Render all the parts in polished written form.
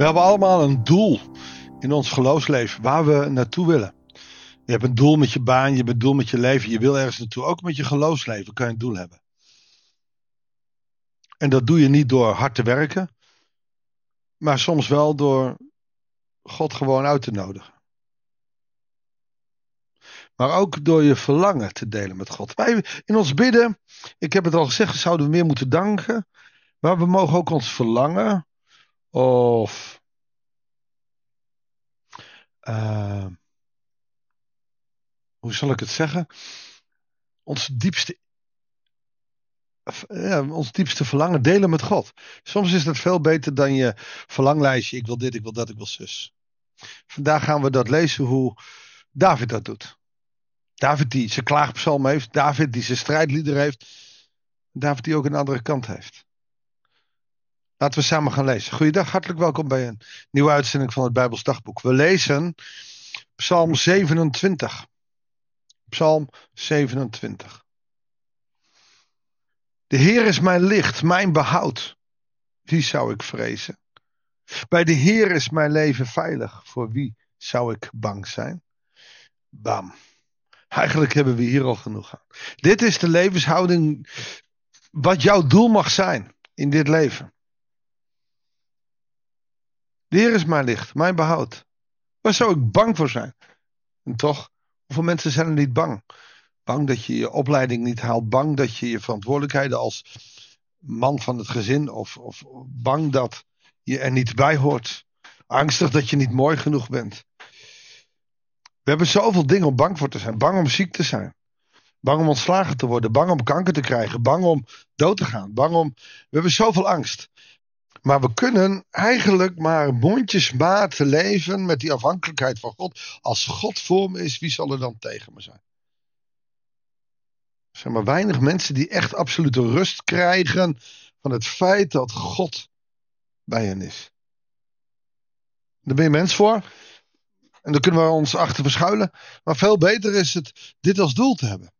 hebben allemaal een doel in ons geloofsleven waar we naartoe willen. Je hebt een doel met je baan, je hebt een doel met je leven. Je wil ergens naartoe. Ook met je geloofsleven kan je een doel hebben. En dat doe je niet door hard te werken. Maar soms wel door God gewoon uit te nodigen. Maar ook door je verlangen te delen met God. Wij in ons bidden, ik heb het al gezegd, zouden we meer moeten danken. Maar we mogen ook ons verlangen. Of hoe zal ik het zeggen? Ons diepste verlangen delen met God. Soms is dat veel beter dan je verlanglijstje. Ik wil dit, ik wil dat, ik wil zus. Vandaag gaan we dat lezen hoe David dat doet. David die zijn klaagpsalm heeft. David die zijn strijdlieder heeft. David die ook een andere kant heeft. Laten we samen gaan lezen. Goeiedag, hartelijk welkom bij een nieuwe uitzending van het Bijbels Dagboek. We lezen Psalm 27. Psalm 27. De Heer is mijn licht, mijn behoud. Wie zou ik vrezen? Bij de Heer is mijn leven veilig. Voor wie zou ik bang zijn? Bam. Eigenlijk hebben we hier al genoeg aan. Dit is de levenshouding wat jouw doel mag zijn in dit leven. De Heer is mijn licht, mijn behoud. Waar zou ik bang voor zijn? En toch, hoeveel mensen zijn er niet bang? Bang dat je je opleiding niet haalt. Bang dat je je verantwoordelijkheden als man van het gezin. Of bang dat je er niet bij hoort. Angstig dat je niet mooi genoeg bent. We hebben zoveel dingen om bang voor te zijn. Bang om ziek te zijn. Bang om ontslagen te worden. Bang om kanker te krijgen. Bang om dood te gaan. We hebben zoveel angst. Maar we kunnen eigenlijk maar mondjesmaat leven met die afhankelijkheid van God. Als God voor me is, wie zal er dan tegen me zijn? Er zijn maar weinig mensen die echt absolute rust krijgen van het feit dat God bij hen is. Daar ben je mens voor. En daar kunnen we ons achter verschuilen. Maar veel beter is het dit als doel te hebben.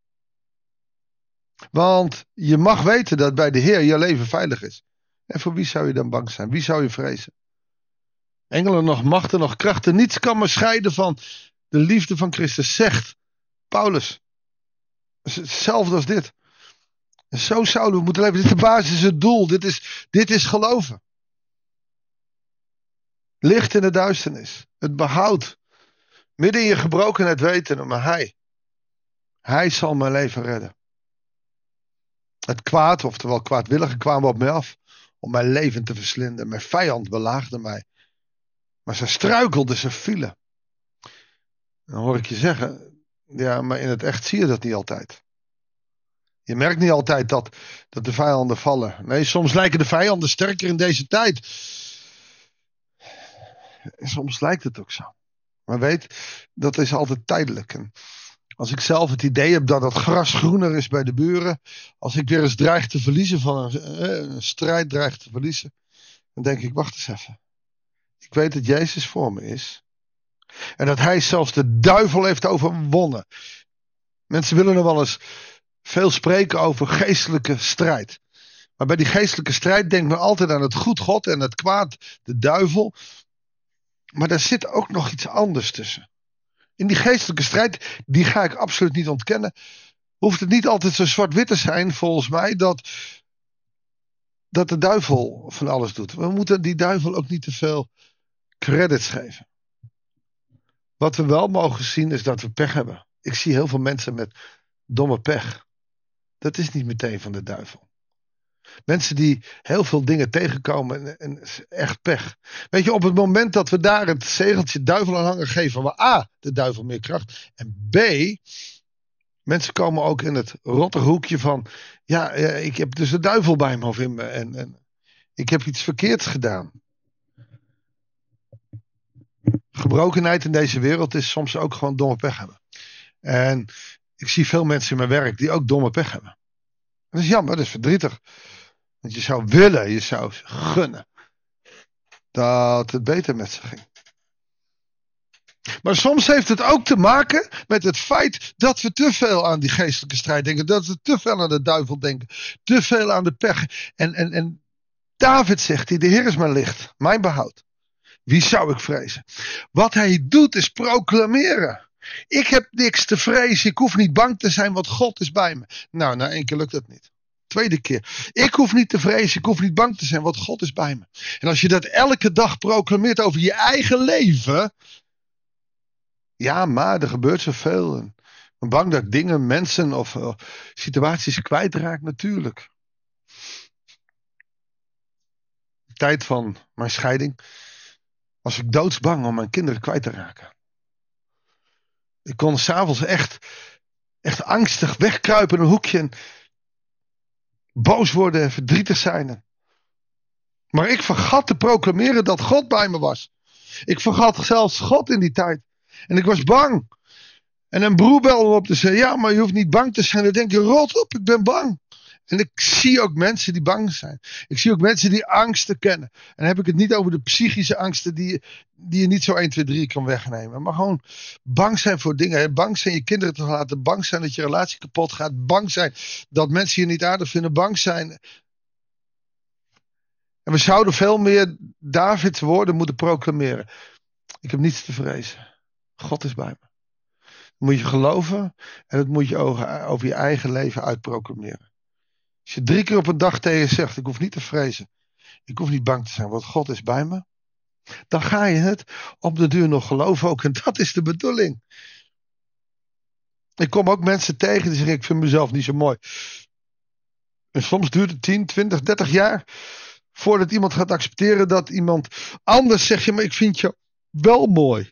Want je mag weten dat bij de Heer je leven veilig is. En voor wie zou je dan bang zijn? Wie zou je vrezen? Engelen nog, machten nog, krachten. Niets kan me scheiden van de liefde van Christus. Zegt Paulus. Hetzelfde als dit. En zo zouden we moeten leven. Dit is de basis, het doel. Dit is geloven. Licht in de duisternis. Het behoud. Midden in je gebrokenheid weten. Maar Hij zal mijn leven redden. Het kwaad, oftewel kwaadwilligen, kwamen op mij af. Om mijn leven te verslinden. Mijn vijand belaagde mij. Maar ze struikelden, ze vielen. Dan hoor ik je zeggen. Ja, maar in het echt zie je dat niet altijd. Je merkt niet altijd dat de vijanden vallen. Nee, soms lijken de vijanden sterker in deze tijd. En soms lijkt het ook zo. Maar weet, dat is altijd tijdelijk. En als ik zelf het idee heb dat het gras groener is bij de buren. Als ik weer eens dreig te verliezen van een strijd dreig te verliezen. Dan denk ik, wacht eens even. Ik weet dat Jezus voor me is. En dat hij zelfs de duivel heeft overwonnen. Mensen willen nog wel eens veel spreken over geestelijke strijd. Maar bij die geestelijke strijd denkt men altijd aan het goed God en het kwaad, de duivel. Maar daar zit ook nog iets anders tussen. In die geestelijke strijd, die ga ik absoluut niet ontkennen. Hoeft het niet altijd zo zwart-wit te zijn, volgens mij, dat de duivel van alles doet. We moeten die duivel ook niet te veel credits geven. Wat we wel mogen zien is dat we pech hebben. Ik zie heel veel mensen met domme pech. Dat is niet meteen van de duivel. Mensen die heel veel dingen tegenkomen en echt pech. Weet je, op het moment dat we daar het zegeltje duivel aan hangen, geven we A, de duivel meer kracht. En B, mensen komen ook in het rotterhoekje van, ja, ik heb dus de duivel bij me of in me. En ik heb iets verkeerds gedaan. Gebrokenheid in deze wereld is soms ook gewoon domme pech hebben. En ik zie veel mensen in mijn werk die ook domme pech hebben. Dat is jammer, dat is verdrietig. Want je zou willen, je zou gunnen dat het beter met ze ging. Maar soms heeft het ook te maken met het feit dat we te veel aan die geestelijke strijd denken. Dat we te veel aan de duivel denken. Te veel aan de pech. En David zegt, de Heer is mijn licht, mijn behoud. Wie zou ik vrezen? Wat hij doet is proclameren. Ik heb niks te vrezen. Ik hoef niet bang te zijn, want God is bij me. Nou, na 1 keer lukt dat niet. Tweede keer. Ik hoef niet te vrezen. Ik hoef niet bang te zijn, want God is bij me. En als je dat elke dag proclameert over je eigen leven. Ja, maar er gebeurt zoveel. Ik ben bang dat ik dingen, mensen of situaties kwijtraak natuurlijk. De tijd van mijn scheiding was ik doodsbang om mijn kinderen kwijt te raken. Ik kon 's avonds echt angstig wegkruipen in een hoekje en boos worden en verdrietig zijn. Maar ik vergat te proclameren dat God bij me was. Ik vergat zelfs God in die tijd. En ik was bang. En een broer belde me op te zeggen, ja, maar je hoeft niet bang te zijn. Dan denk je, rot op, ik ben bang. En ik zie ook mensen die bang zijn. Ik zie ook mensen die angsten kennen. En dan heb ik het niet over de psychische angsten die je niet zo 1, 2, 3 kan wegnemen. Maar gewoon bang zijn voor dingen. Bang zijn je kinderen te laten. Bang zijn dat je relatie kapot gaat. Bang zijn dat mensen je niet aardig vinden. Bang zijn. En we zouden veel meer Davids woorden moeten proclameren. Ik heb niets te vrezen. God is bij me. Dat moet je geloven. En dat moet je over je eigen leven uitproclameren. Als je 3 keer op een dag tegen je zegt, ik hoef niet te vrezen. Ik hoef niet bang te zijn, want God is bij me. Dan ga je het op de duur nog geloven ook. En dat is de bedoeling. Ik kom ook mensen tegen die zeggen, ik vind mezelf niet zo mooi. En soms duurt het 10, 20, 30 jaar voordat iemand gaat accepteren dat iemand anders zegt, ja, maar ik vind je wel mooi.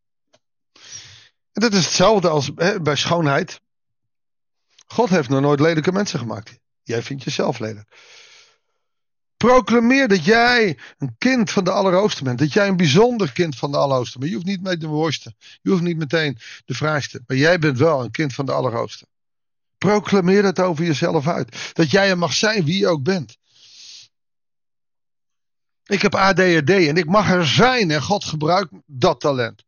En dat is hetzelfde als bij schoonheid. God heeft nog nooit lelijke mensen gemaakt. Jij vindt jezelf lelijk. Proclameer dat jij een kind van de Allerhoogste bent. Dat jij een bijzonder kind van de Allerhoogste bent. Je hoeft niet mee te worsten. Je hoeft niet meteen de vraaiste. Maar jij bent wel een kind van de Allerhoogste. Proclameer dat over jezelf uit. Dat jij er mag zijn wie je ook bent. Ik heb ADHD en ik mag er zijn. En God gebruikt dat talent.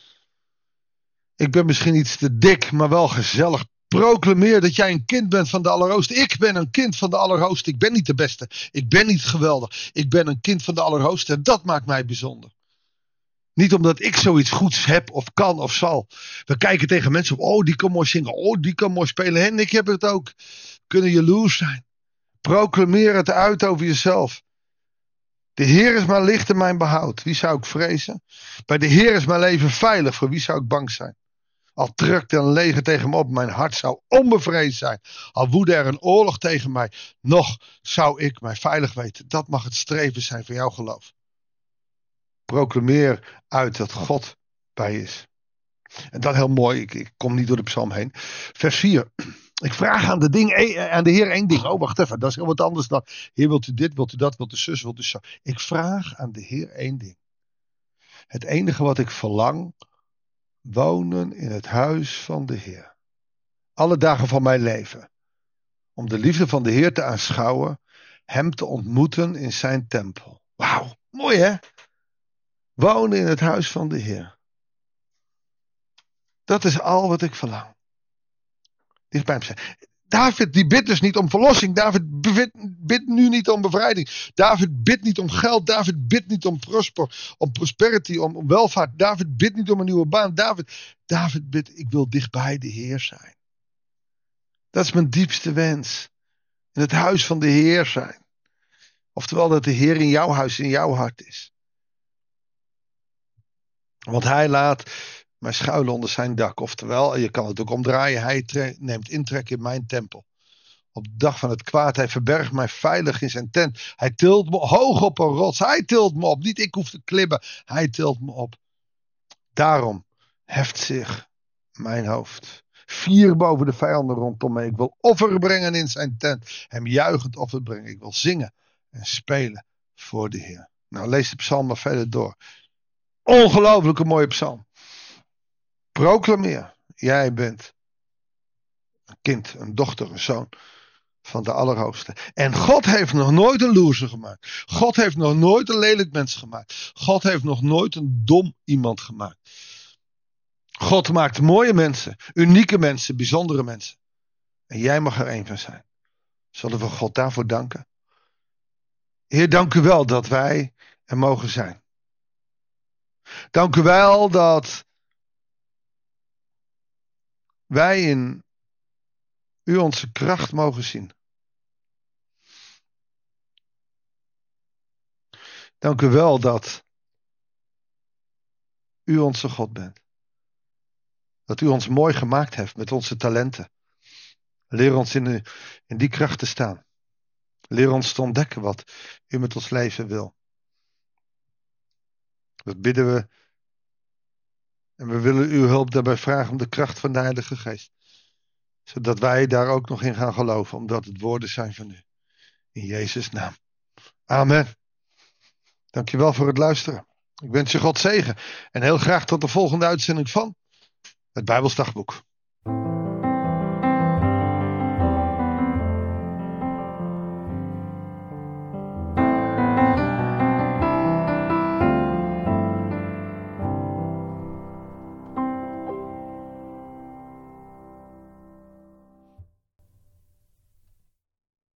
Ik ben misschien iets te dik, maar wel gezellig. Proclameer dat jij een kind bent van de Allerhoogste. Ik ben een kind van de Allerhoogste. Ik ben niet de beste. Ik ben niet geweldig. Ik ben een kind van de Allerhoogste. En dat maakt mij bijzonder. Niet omdat ik zoiets goeds heb of kan of zal. We kijken tegen mensen op. Oh, die kan mooi zingen. Oh, die kan mooi spelen. En ik heb het ook. Kunnen jaloers zijn. Proclameer het uit over jezelf. De Heer is mijn licht en mijn behoud. Wie zou ik vrezen? Bij de Heer is mijn leven veilig. Voor wie zou ik bang zijn? Al drukt er een leger tegen me op, mijn hart zou onbevreesd zijn. Al woedde er een oorlog tegen mij, nog zou ik mij veilig weten. Dat mag het streven zijn van jouw geloof. Proclameer uit dat God bij je is. En dat heel mooi, ik kom niet door de psalm heen. Vers 4. Ik vraag aan de Heer 1 ding. Oh, wacht even, dat is heel wat anders dan. Heer, wilt u dit, wilt u dat, wilt u zus, wilt u zo. Ik vraag aan de Heer 1 ding. Het enige wat ik verlang, wonen in het huis van de Heer. Alle dagen van mijn leven. Om de liefde van de Heer te aanschouwen. Hem te ontmoeten in zijn tempel. Wauw, mooi hè? Wonen in het huis van de Heer. Dat is al wat ik verlang. Dicht bij hem zijn. David die bidt dus niet om verlossing. David bidt nu niet om bevrijding. David bidt niet om geld. David bidt niet om prosperity, om welvaart. David bidt niet om een nieuwe baan. David bidt, ik wil dicht bij de Heer zijn. Dat is mijn diepste wens. In het huis van de Heer zijn. Oftewel dat de Heer in jouw huis, in jouw hart is. Want hij laat mij schuilen onder zijn dak. Oftewel, je kan het ook omdraaien. Hij neemt intrek in mijn tempel. Op de dag van het kwaad. Hij verbergt mij veilig in zijn tent. Hij tilt me hoog op een rots. Hij tilt me op. Niet ik hoef te klimmen. Hij tilt me op. Daarom heft zich mijn hoofd. Vier boven de vijanden rondom mij. Ik wil offer brengen in zijn tent. Hem juichend offer brengen. Ik wil zingen en spelen voor de Heer. Nou, lees de psalm maar verder door. Ongelooflijke mooie psalm. Proclameer. Jij bent een kind, een dochter, een zoon van de Allerhoogste. En God heeft nog nooit een loser gemaakt. God heeft nog nooit een lelijk mens gemaakt. God heeft nog nooit een dom iemand gemaakt. God maakt mooie mensen, unieke mensen, bijzondere mensen. En jij mag er één van zijn. Zullen we God daarvoor danken? Heer, dank u wel dat wij er mogen zijn. Dank u wel dat wij in u onze kracht mogen zien. Dank u wel dat u onze God bent. Dat u ons mooi gemaakt heeft met onze talenten. Leer ons in die kracht te staan. Leer ons te ontdekken wat u met ons leven wil. Dat bidden we. En we willen uw hulp daarbij vragen om de kracht van de Heilige Geest. Zodat wij daar ook nog in gaan geloven. Omdat het woorden zijn van u. In Jezus' naam. Amen. Dankjewel voor het luisteren. Ik wens je God zegen. En heel graag tot de volgende uitzending van het Bijbels Dagboek.